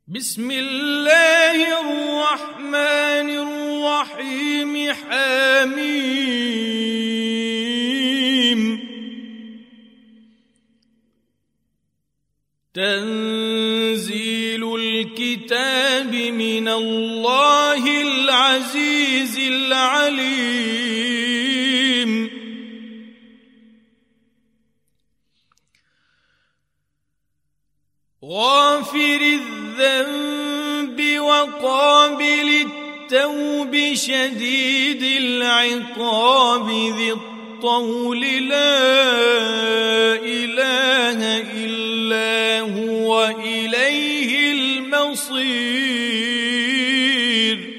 بسم الله الرحمن الرحيم حميم تنزيل الكتاب من الله العزيز العليم غافر الذنب وقابل التوب شديد العقاب ذي الطول لا إله إلا هو إليه المصير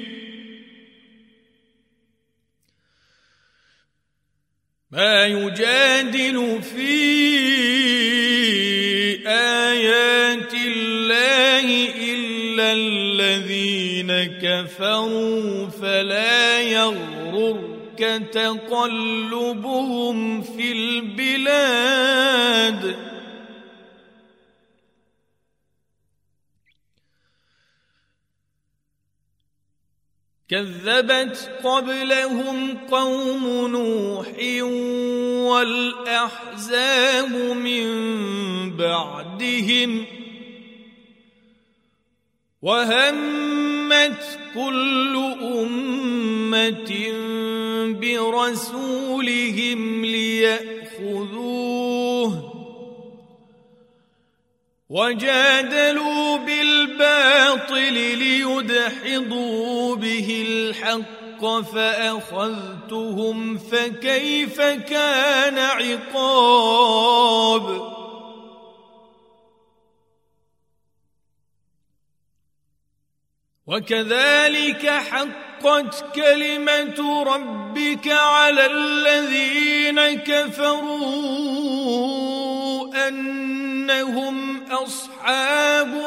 ما يجادل في آيات الله إلا الذين كفروا فلا يغررك تقلبهم في البلاد كذبت قبلهم قوم نوح والأحزاب من بعدهم وهمت كل أمة برسولهم ليأخذوه وجادلوا بالباطل ليدحضوا به الحق فأخذتهم فكيف كان عقاب وكذلك حقت كلمة ربك على الذين كفروا أنهم أصحاب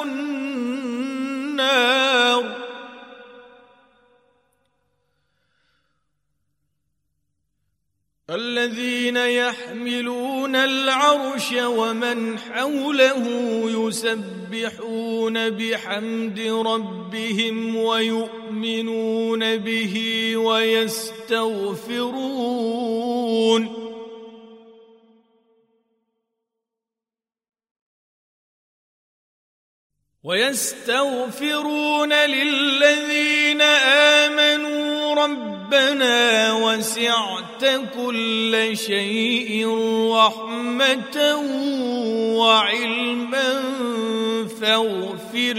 النار الذين يحملون العرش ومن حوله يسبحون بحمد ربهم ويؤمنون به ويستغفرون للذين آمنوا ربنا وسعت كل شيء رحمة وعلما فاغفر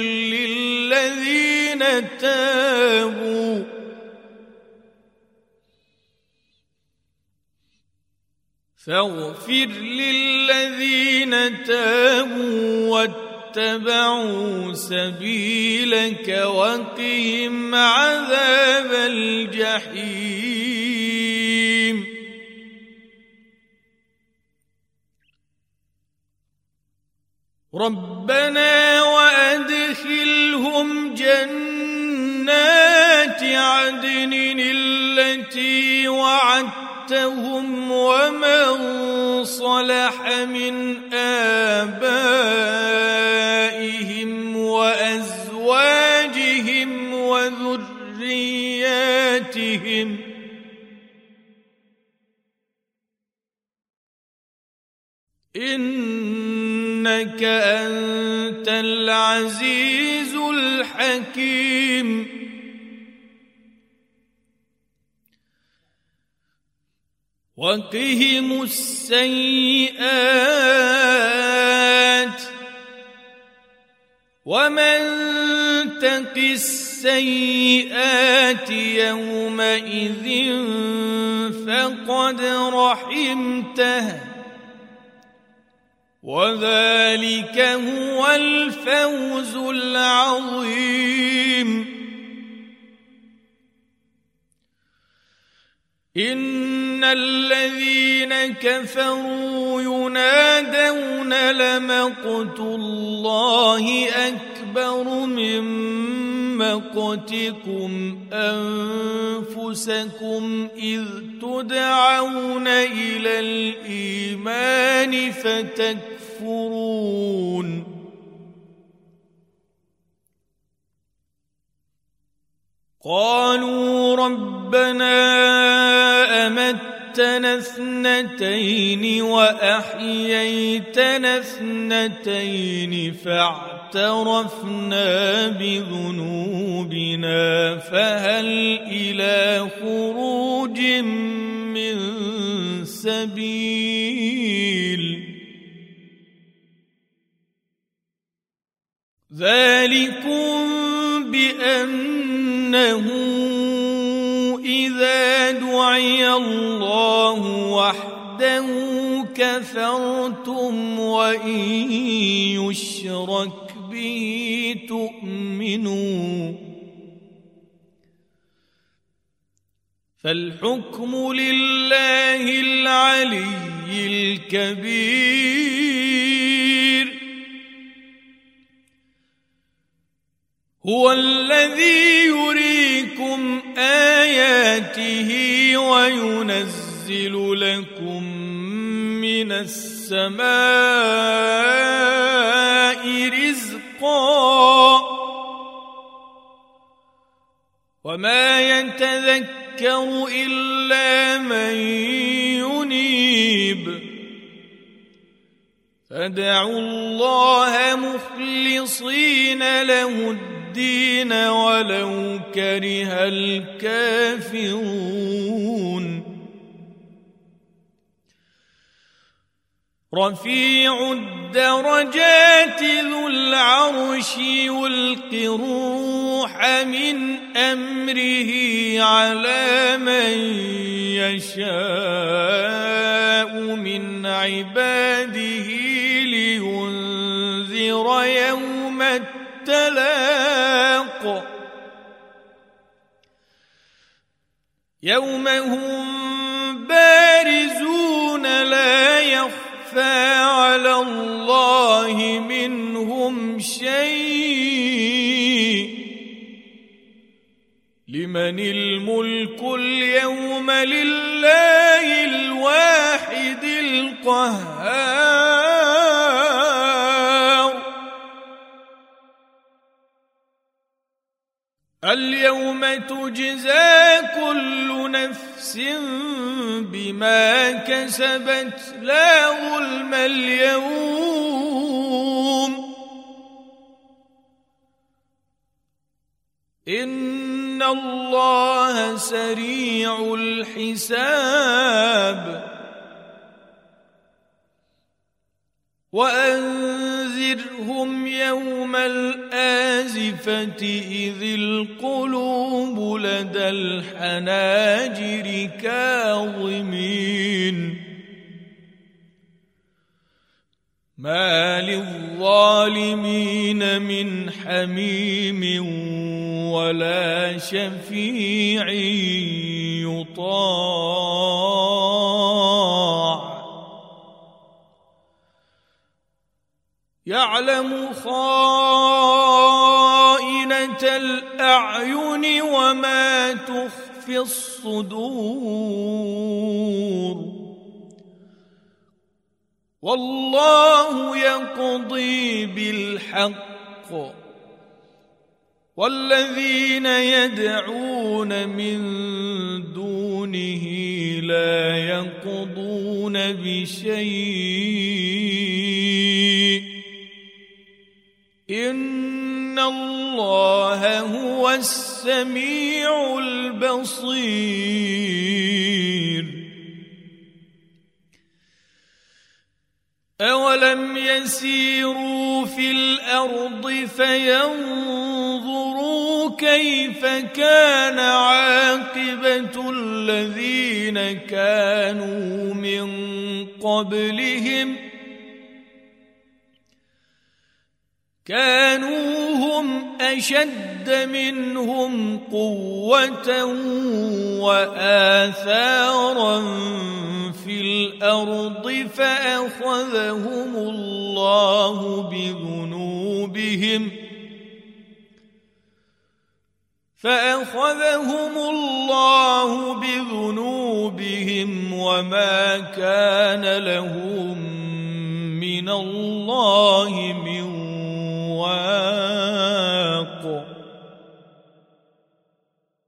للذين تابوا واتبعوا سبيلك وقهم عذاب الجحيم ربنا وأدخلهم جنات عدن التي وعدتهم ومن صلح من آبائهم وأزواجهم وذرياتهم إنك أنت العزيز الحكيم وقهم السيئات ومن تق السيئات يومئذ فقد رحمته وذلك هو الفوز العظيم إن الذين كفروا ينادون لمقت الله أكبر من مقتكم أنفسكم إذ تدعون إلى الإيمان فتكفرون قالوا ربنا أمتنا اثنتين وأحييتنا اثنتين فاعترفنا بذنوبنا فهل إلى خروج من سبيل ذلكم بأنه إذا دعي الله وحده كفرتم وإن يشرك به تؤمنوا فالحكم لله العلي الكبير هو الذي يريكم آياته وينزل لكم من السماء رزقا وما يتذكر إلا من ينيب فادعوا الله مخلصين له الدين ولو كره الكافرون رفيع الدرجات ذو العرش يلقي الروح من أمره على من يشاء من عباده لينذر يوم التلاق يوم هم بارزون لا يخفى على الله منهم شيء لمن الملك اليوم لله الواحد القهار اليوم تجزى كل نفس بما كسبت لا ظلم اليوم إن الله سريع الحساب وأنذرهم يوم الآزفة إذ القلوب لدى الحناجر كاظمين ما للظالمين من حميم ولا شفيع يطاع يعلم خائنة الأعين وما تخفي الصدور والله يقضي بالحق والذين يدعون من دونه لا يقضون بشيء إن الله هو السميع البصير أولم يسيروا في الأرض فينظروا كيف كان عاقبة الذين كانوا من قبلهم كانوا هم أشد منهم قوة وآثارا في الأرض فأخذهم الله بذنوبهم وما كان لهم من الله من واق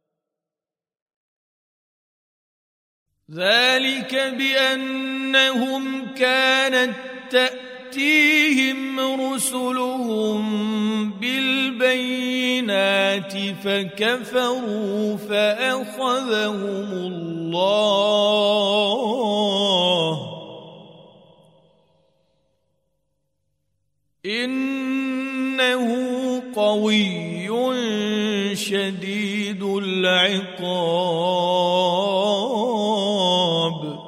ذلك بأنهم كانت تأتيهم رسلهم بالبينات فكفروا فأخذهم الله إنه قوي شديد العقاب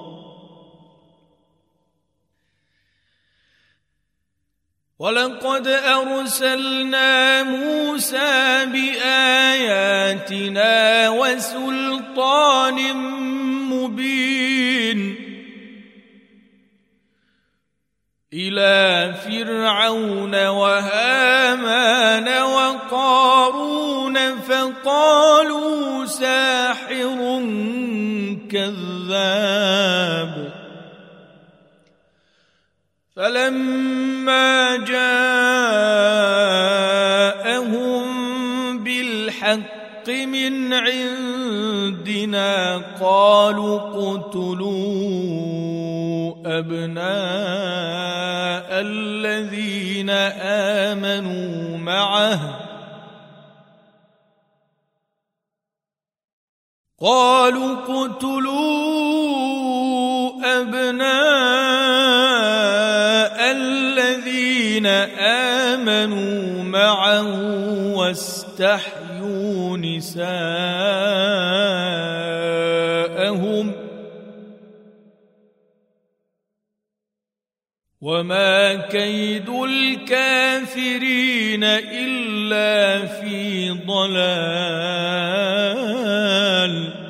ولقد أرسلنا موسى بآياتنا وسلطان مبين إلى فرعون وهامان وقارون فقالوا ساحر كذاب فلما جاءهم بالحق من عندنا قالوا اقتلوا أبناء الذين آمنوا معه واستحيوا نساءهم وما كيد الكافرين إلا في ضلال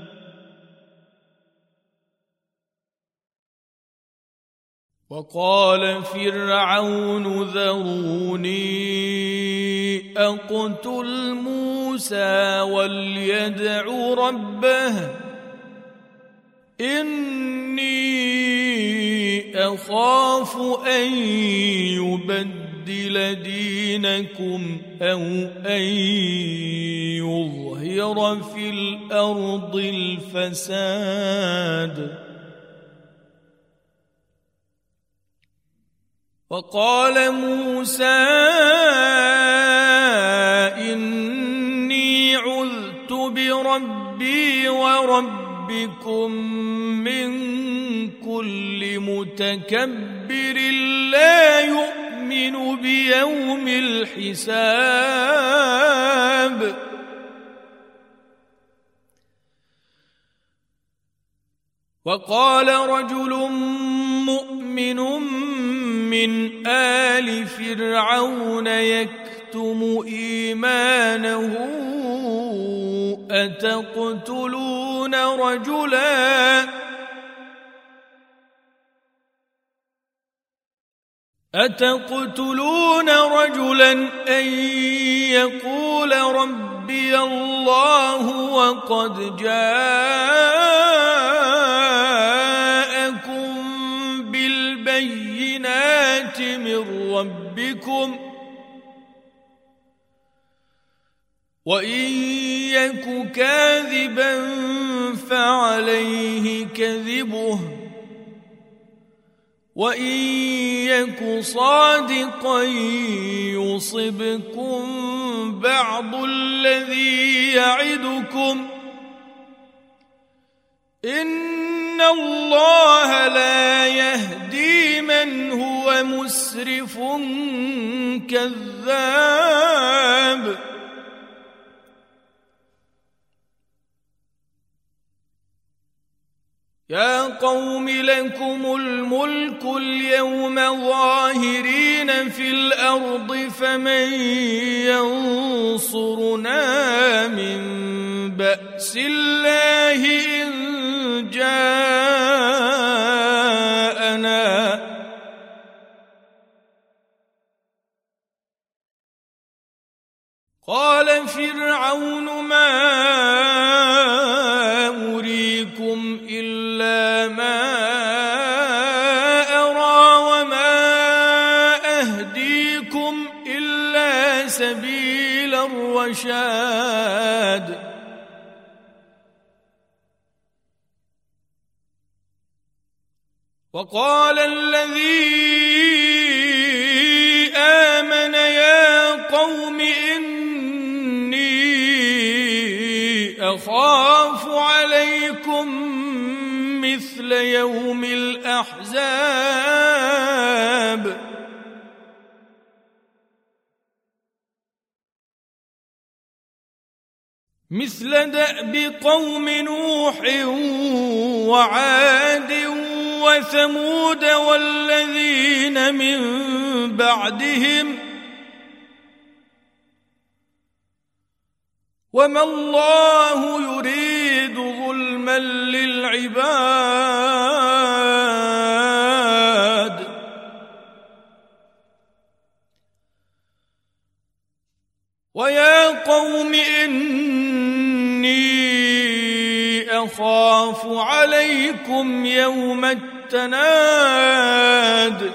وقال فرعون ذروني أقتل موسى وليدع ربه إني أخاف أن يبدل دينكم أو أن يظهر في الأرض الفساد وقال موسى إني عذت بربي وربكم من كل متكبر لا يؤمن بيوم الحساب وقال رجل مؤمن من آل فرعون يكتم إيمانه أتقتلون رجلا أن يقول ربي الله وقد جاءكم بالبينات من ربكم وإن يك كاذبا فعليه كذبه وإن يك صادقا يصبكم بعض الذي يعدكم إن الله لا يهدي من هو مسرف كذاب يا قوم لكم الملك اليوم ظاهرين في الأرض فمن ينصرنا من بأس الله إن جاءنا قال فرعون ما أريكم إلا ما أرى وما أهديكم إلا سبيل الرشاد وقال الذي آمن يا قوم إني أخاف عليكم مثل يوم الأحزاب مثل دأب قوم نوح وعاد وثمود والذين من بعدهم وما الله يريد ظلما للعباد ويا قوم إني أخاف عليكم يوم التناد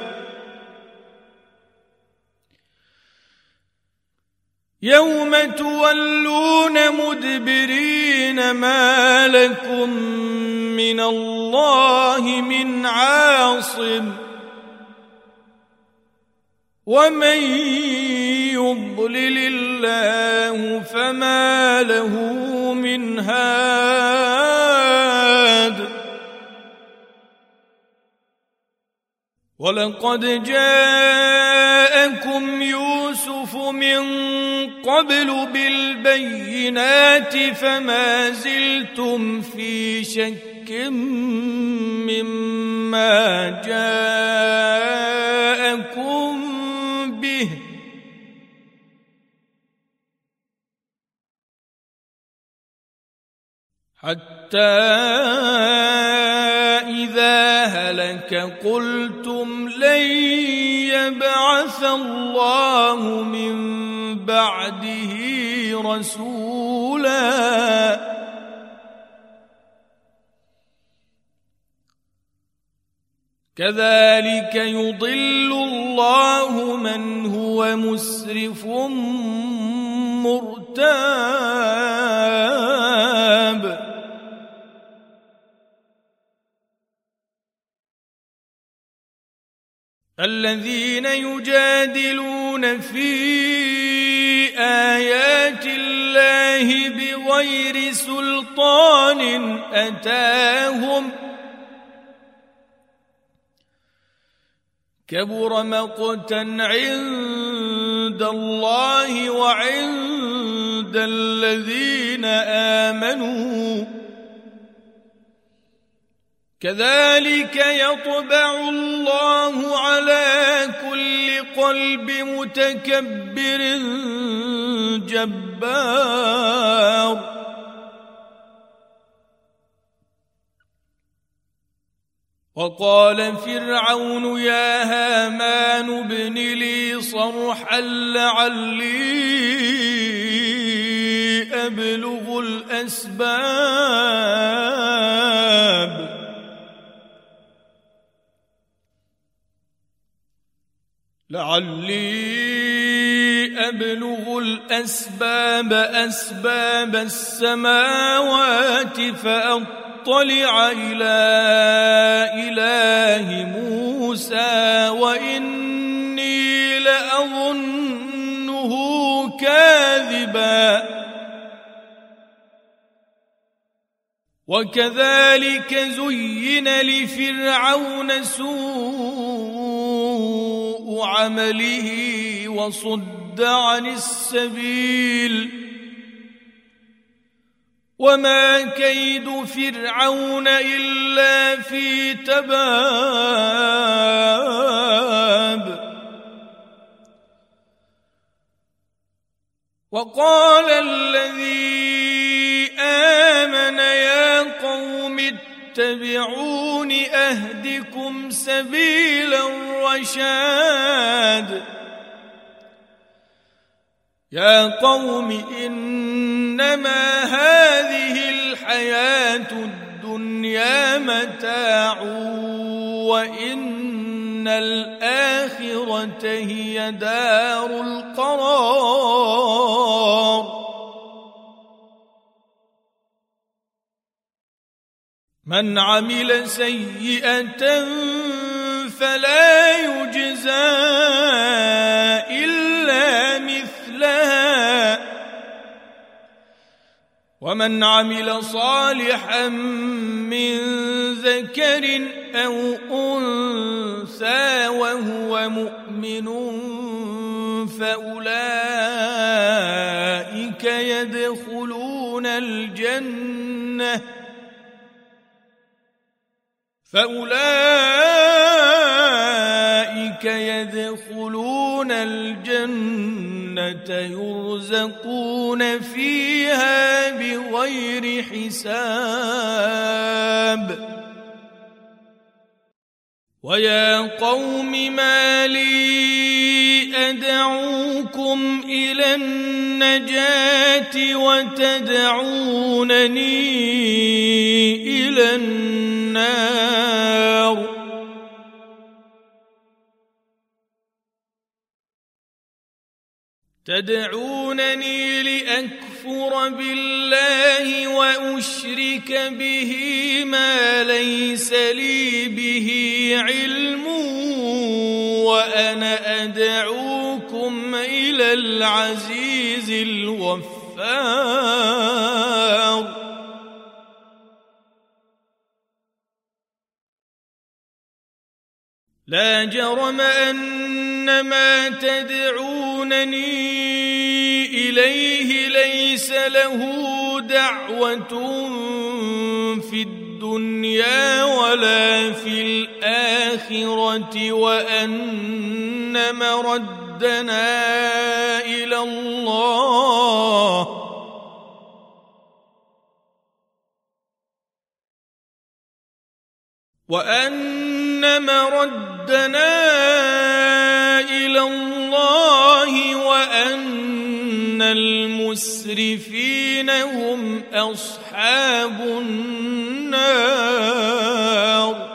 يوم تولون مدبرين ما لكم من الله من عاصم ومن يضلل الله فما له من هاد ولقد جاءكم يوسف من قبل بالبينات فما زلتم في شك مما جاءكم به حتى إذا هلك قلتم لن يبعث الله من بعده رسولا كذلك يضل الله من هو مسرف مرتاب الذين يجادلون في آيات الله بغير سلطان أتاهم كبر مقتا عند الله وعند الذين آمنوا كذلك يطبع الله على كل قلب متكبر جبار وقال فرعون يا هامان ابن لي صرحا لعلي أبلغ الأسباب أسباب السماوات فأطلع إلى إله موسى وإني لأظنه كاذبا وكذلك زين لفرعون سوء عمله وصد عن السبيل وما كيد فرعون إلا في تباب وقال الذي آمن يا قوم اتبعون أهدكم سبيل الرشاد يا قوم إنما هذه الحياة الدنيا متاع وإن الآخرة هي دار القرار من عمل سيئة فلا يجزى إلا مثلها ومن عمل صالحا من ذكر أو أنثى وهو مؤمن فأولئك يدخلون الجنة يرزقون فيها بغير حساب ويا قوم ما لي أدعوكم إلى النجاة وتدعونني إلى النار تدعونني لأكفر بالله وأشرك به ما ليس لي به علم وأنا أدعوكم إلى العزيز الغفار لا جرم أن ما تدعونني إليه ليس له دعوة في الدنيا ولا في الآخرة وأن مردنا إلى الله وأن المسرفين هم أصحاب النار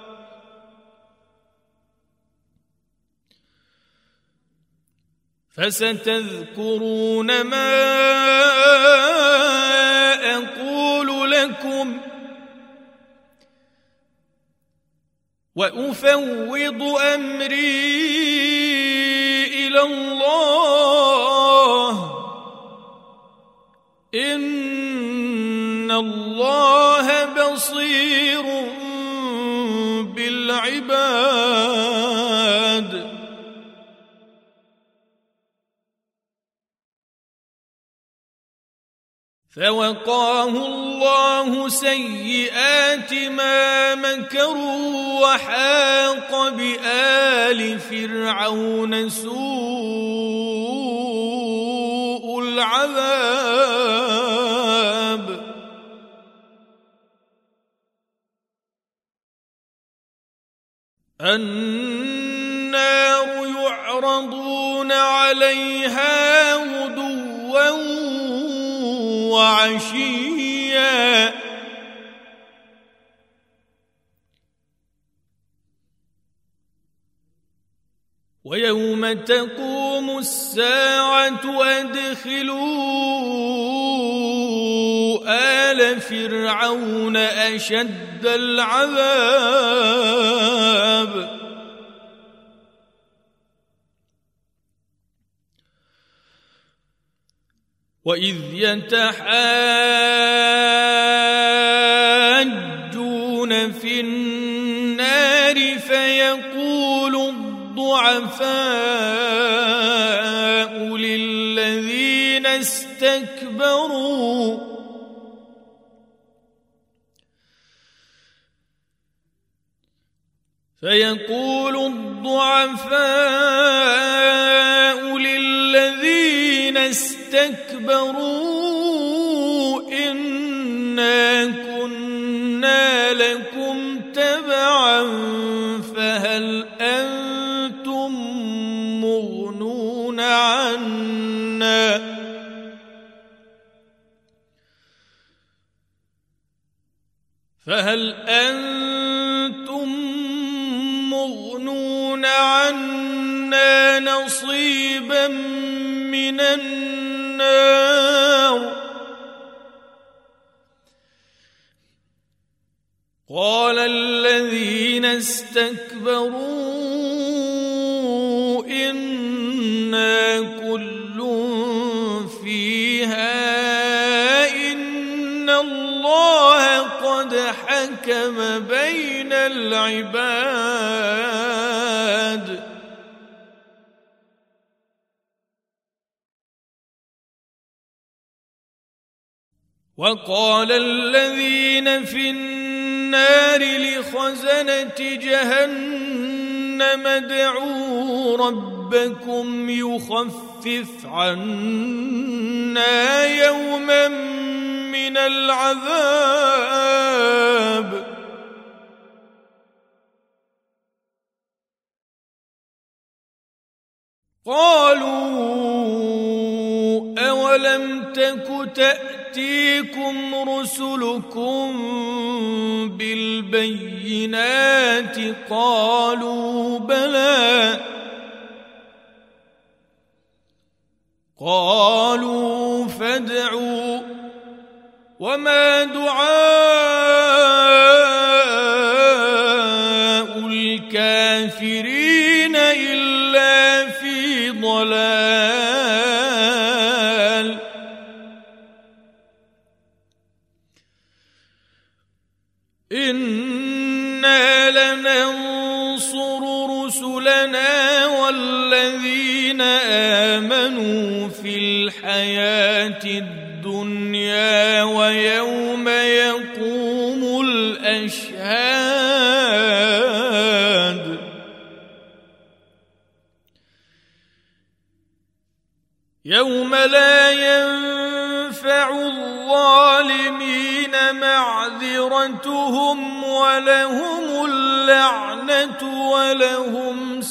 فستذكرون ما أقول لكم وأفوض أمري إلى الله إن الله بصير بالعباد فوقاه الله سيئات ما مكروا وحاق بآل فرعون سوء العذاب النار يعرضون عليها غدوا وعشيا ويوم تقوم الساعة أدخلوا آل فرعون أشد العذاب وإذ يتحاجون في النار فيقول الضعفاء للذين استكبروا إنا كنا لكم تبعا فهل أنتم مغنون عنا نصيبا من النار قال الذين استكبروا إنا كل فيها إن الله قد حكم بين العباد وقال الذين في النار لخزنة جهنم ادعوا ربكم يخفف عنا يوما من العذاب قالوا أولم تك تأتيكم رسلكم بالبينات قالوا بلى قالوا فادعوا وما دعاء الكافرين إلا في ضلال إنا لننصر رسلنا والذين آمنوا في الحياة الدنيا ويوم يقوم الأشهاد يوم لا ينفع الظالمين معذرتهم ولهم اللعنة ولهم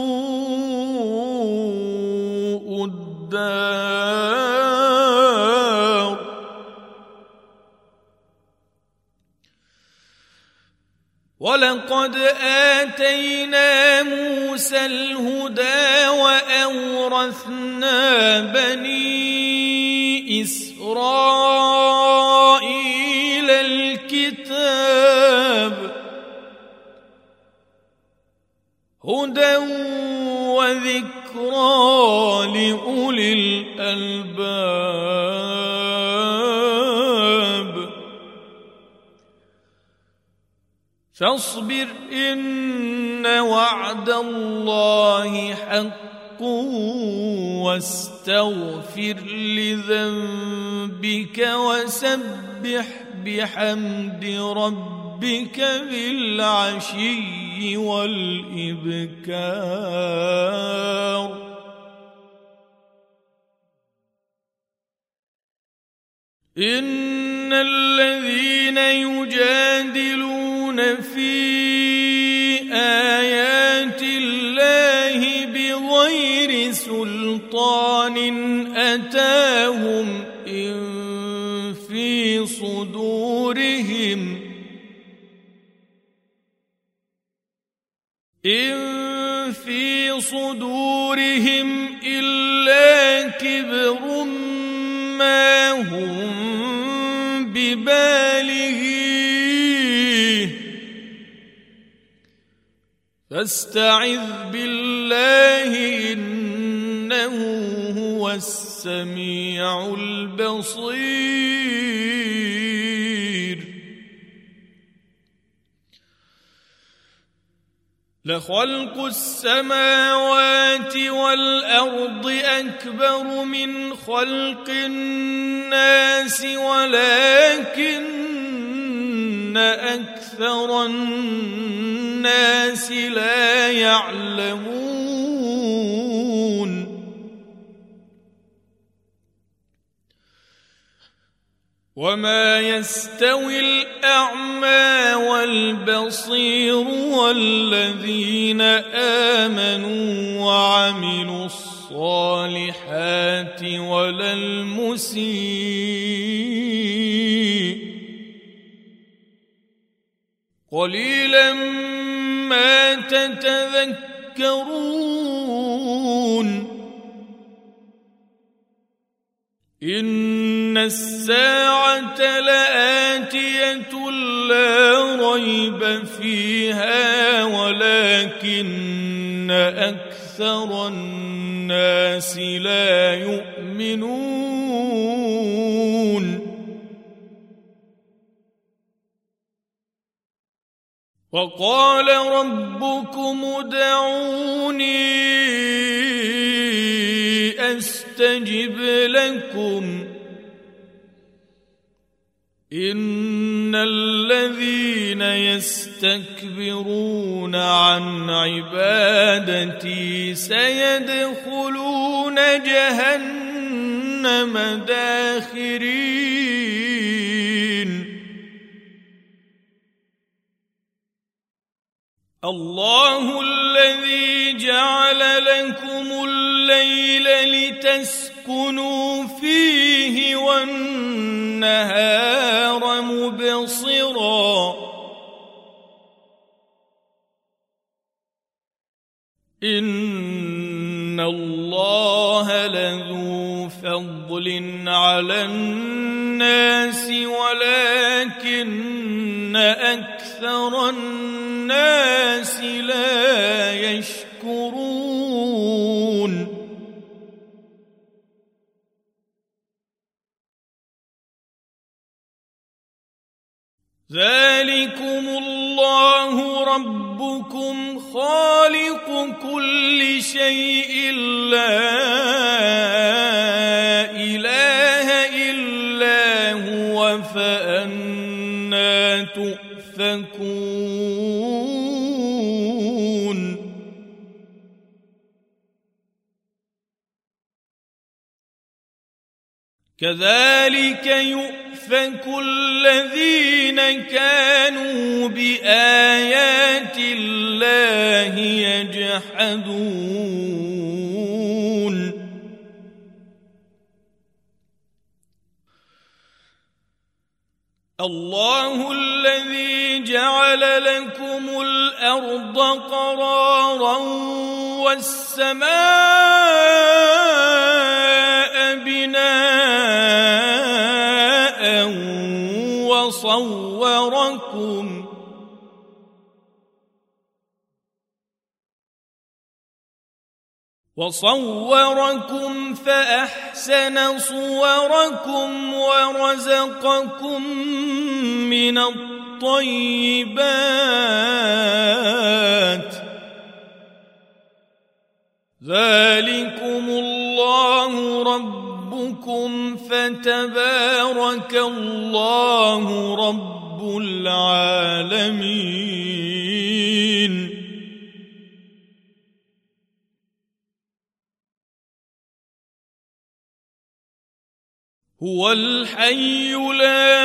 سوء الدار ولقد آتينا موسى الهدى وأورثنا بني إسرائيل الكتاب هدى وذكرى لأولي الألباب فاصبر إن وعد الله حق واستغفر لذنبك وسبح بحمد ربك بالعشي والإبكار إن الذين يجادلون في آيات الله بغير سلطان أتاهم إن في صدورهم إلا كبر ما هم ببالغيه فاستعذ بالله إنه هو السميع البصير لخلق السماوات والأرض أكبر من خلق الناس ولكن أكثر الناس لا يعلمون وما يستوي الأعمى والبصير والذين آمنوا وعملوا الصالحات ولا المسيء قليلا ما تتذكرون إن الساعة لآتية لا ريب فيها ولكن أكثر الناس لا يؤمنون وقال ربكم ادعوني أستجب لكم إن الذين يستكبرون عن عبادتي سيدخلون جهنم داخرين الله الذي جعل لكم الليل لتسكنوا فيه والنهار مبصرا إن الله لذو فضل على الناس ولكن أكثر الناس لا يشكرون ذلكم الله ربكم خالق كل شيء لا إله إلا هو فأنى تؤفكون كذلك يؤفك الذين كانوا بآيات الله يجحدون الله الذي جعل لكم الأرض قرارا والسماء بناء وصوركم فأحسن صوركم ورزقكم من الطيبات ذلكم الله ربكم فتبارك الله رب العالمين هو الحي لا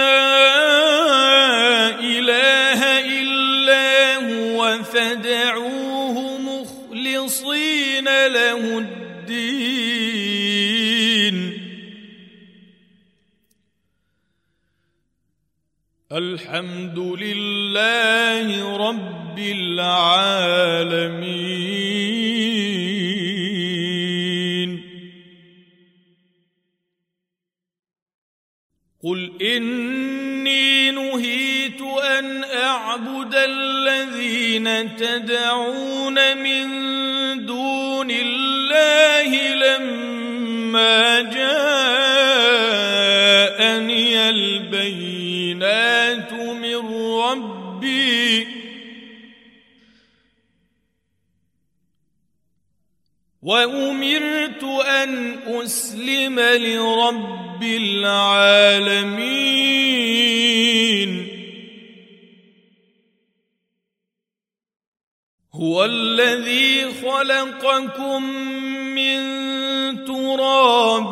إله إلا هو فادعوه مخلصين له الدين الحمد لله رب العالمين قل إني نهيت أن أعبد الذين تدعون من دون الله لما جاءني البينات من ربي وأمرت أن أسلم لرب العالمين هو الذي خلقكم من تراب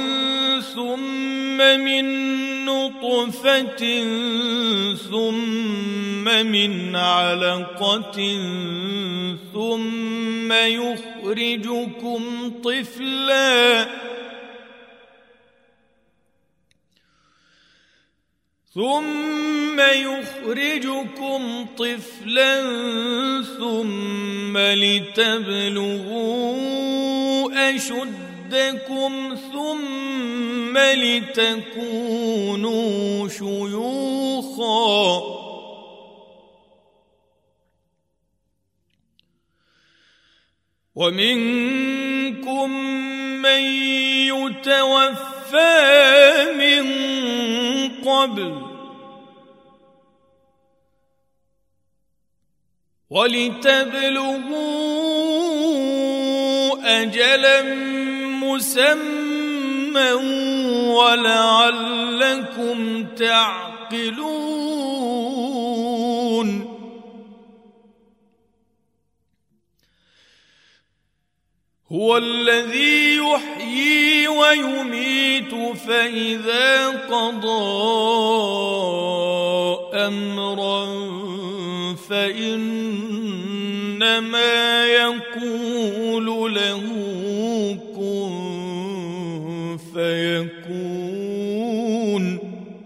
ثم من نطفة ثم من علقة ثم يخرجكم طفلا ثم لتبلغوا أشدكم ثم لتكونوا شيوخا ومنكم من يتوفى من قبل ولتبلغوا أجلا مسمى ولعلكم تعقلون هو الذي يحيي ويميت فإذا قضى أمرا فإنما يقول له كن فيكون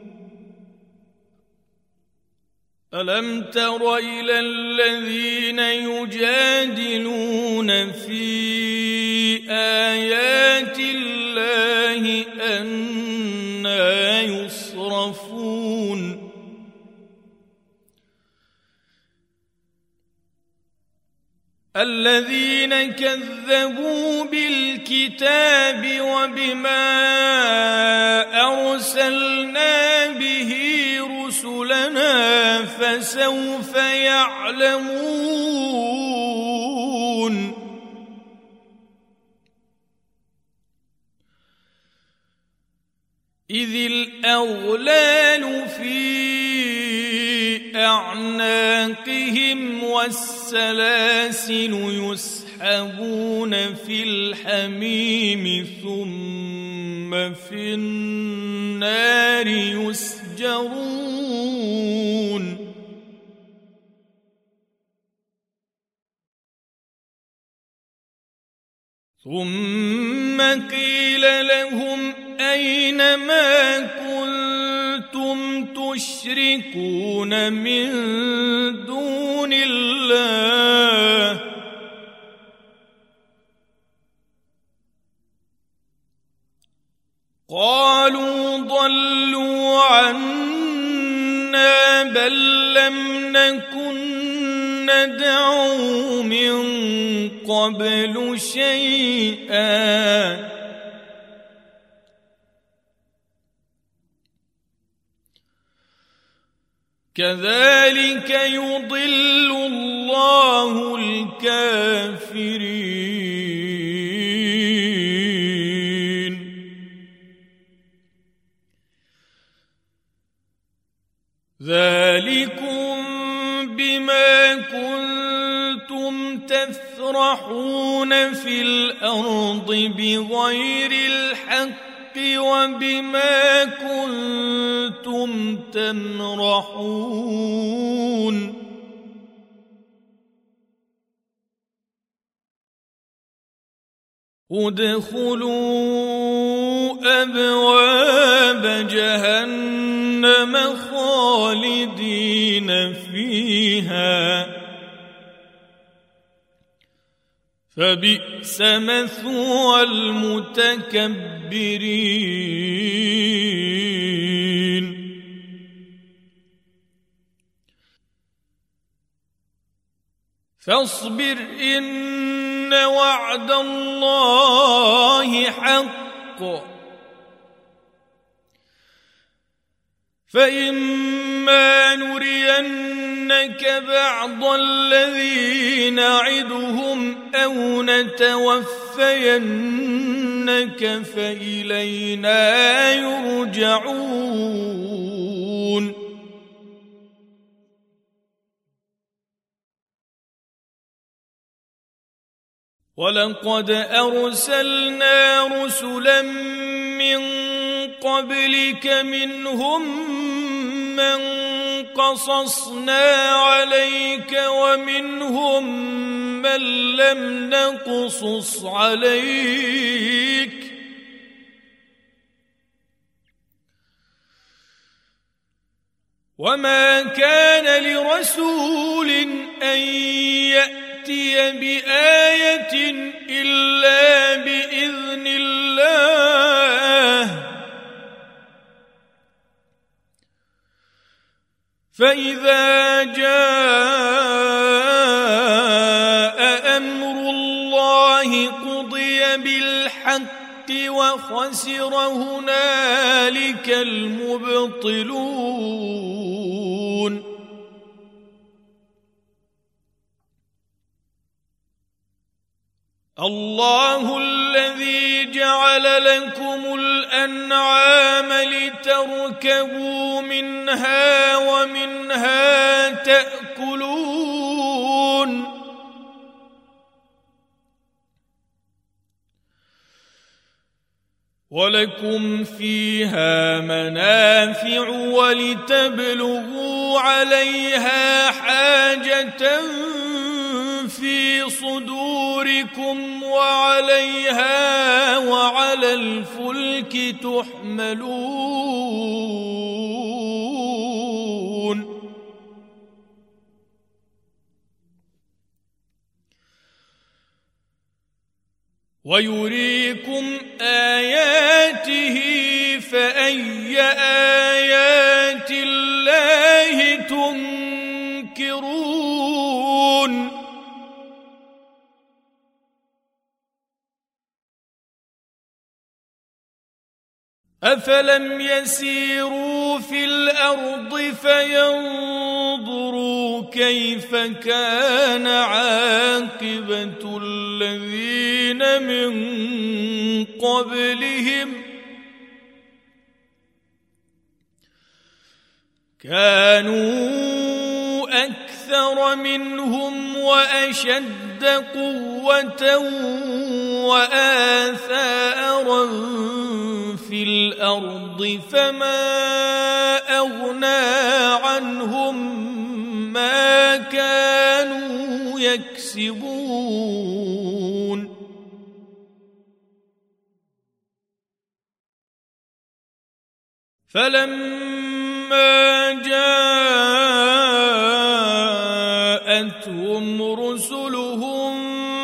ألم تر إلى الذين يجادلون في آيات الله أنى يصرفون الذين كذبوا بالكتاب وبما أرسلنا به رسلنا فسوف يعلمون إذ الأغلال في أعناقهم والسلاسل يسحبون في الحميم ثم في النار يسجرون ثم قيل لهم أين ما كنتم تشركون من دون الله قالوا ضلوا عنا بل لم نكن ندعو من قبل شيئا كذلك يضل الله الكافرين ذلكم بما كنتم تفرحون في الأرض بغير الحق وبما كنتم تمرحون ادخلوا أبواب جهنم خالدين فيها فبئس مثوى المتكبرين فاصبر إن وعد الله حق فإما نرينك بعض الذي نعدهم أو نتوفينك فإلينا يرجعون ولقد أرسلنا رسلا من قبلك منهم من قصصنا عليك ومنهم من لم نقصص عليك وما كان لرسول أن يأتي بآية إلا بإذن الله فإذا جاء أمر الله وخسر هنالك المبطلون. الله الذي جعل لكم الأنعام لتركبوا منها ومنها تأكلون ولكم فيها منافع ولتبلغوا عليها حاجة في صدوركم وعليها وعلى الفلك تحملون. ويريكم آياته فأي آيات الله تنكرون. أفلم يسيروا في الأرض فينظروا كيف كان عاقبة الذين من قبلهم كانوا أكثر منهم وأشد قوة وآثارا في الأرض فما أغنى عنهم ما كانوا يكسبون. فلما جاءتهم رسلهم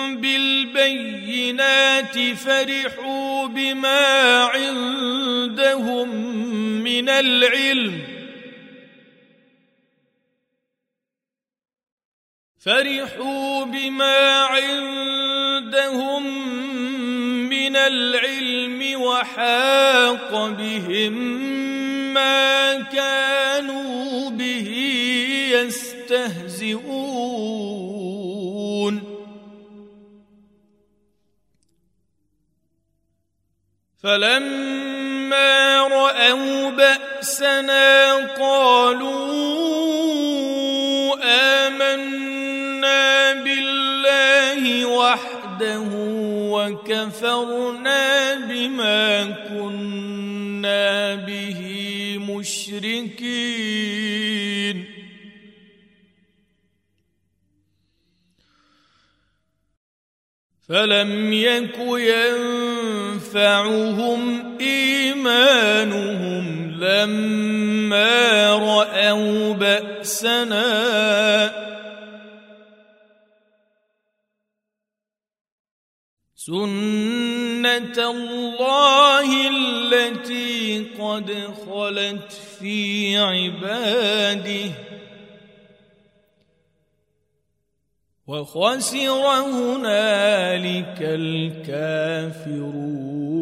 بالبينات فرحوا بما عندهم من العلم وحاق بهم ما كانوا به يستهزئون. فلما رأوا بأسنا قالوا آمنا بالله وحده وكفرنا بما كنا به مشركين. فلم يك ينفعهم إيمانهم لما رأوا بأسنا سنة الله التي قد خلت في عباده وخسر هنالك الكافرون.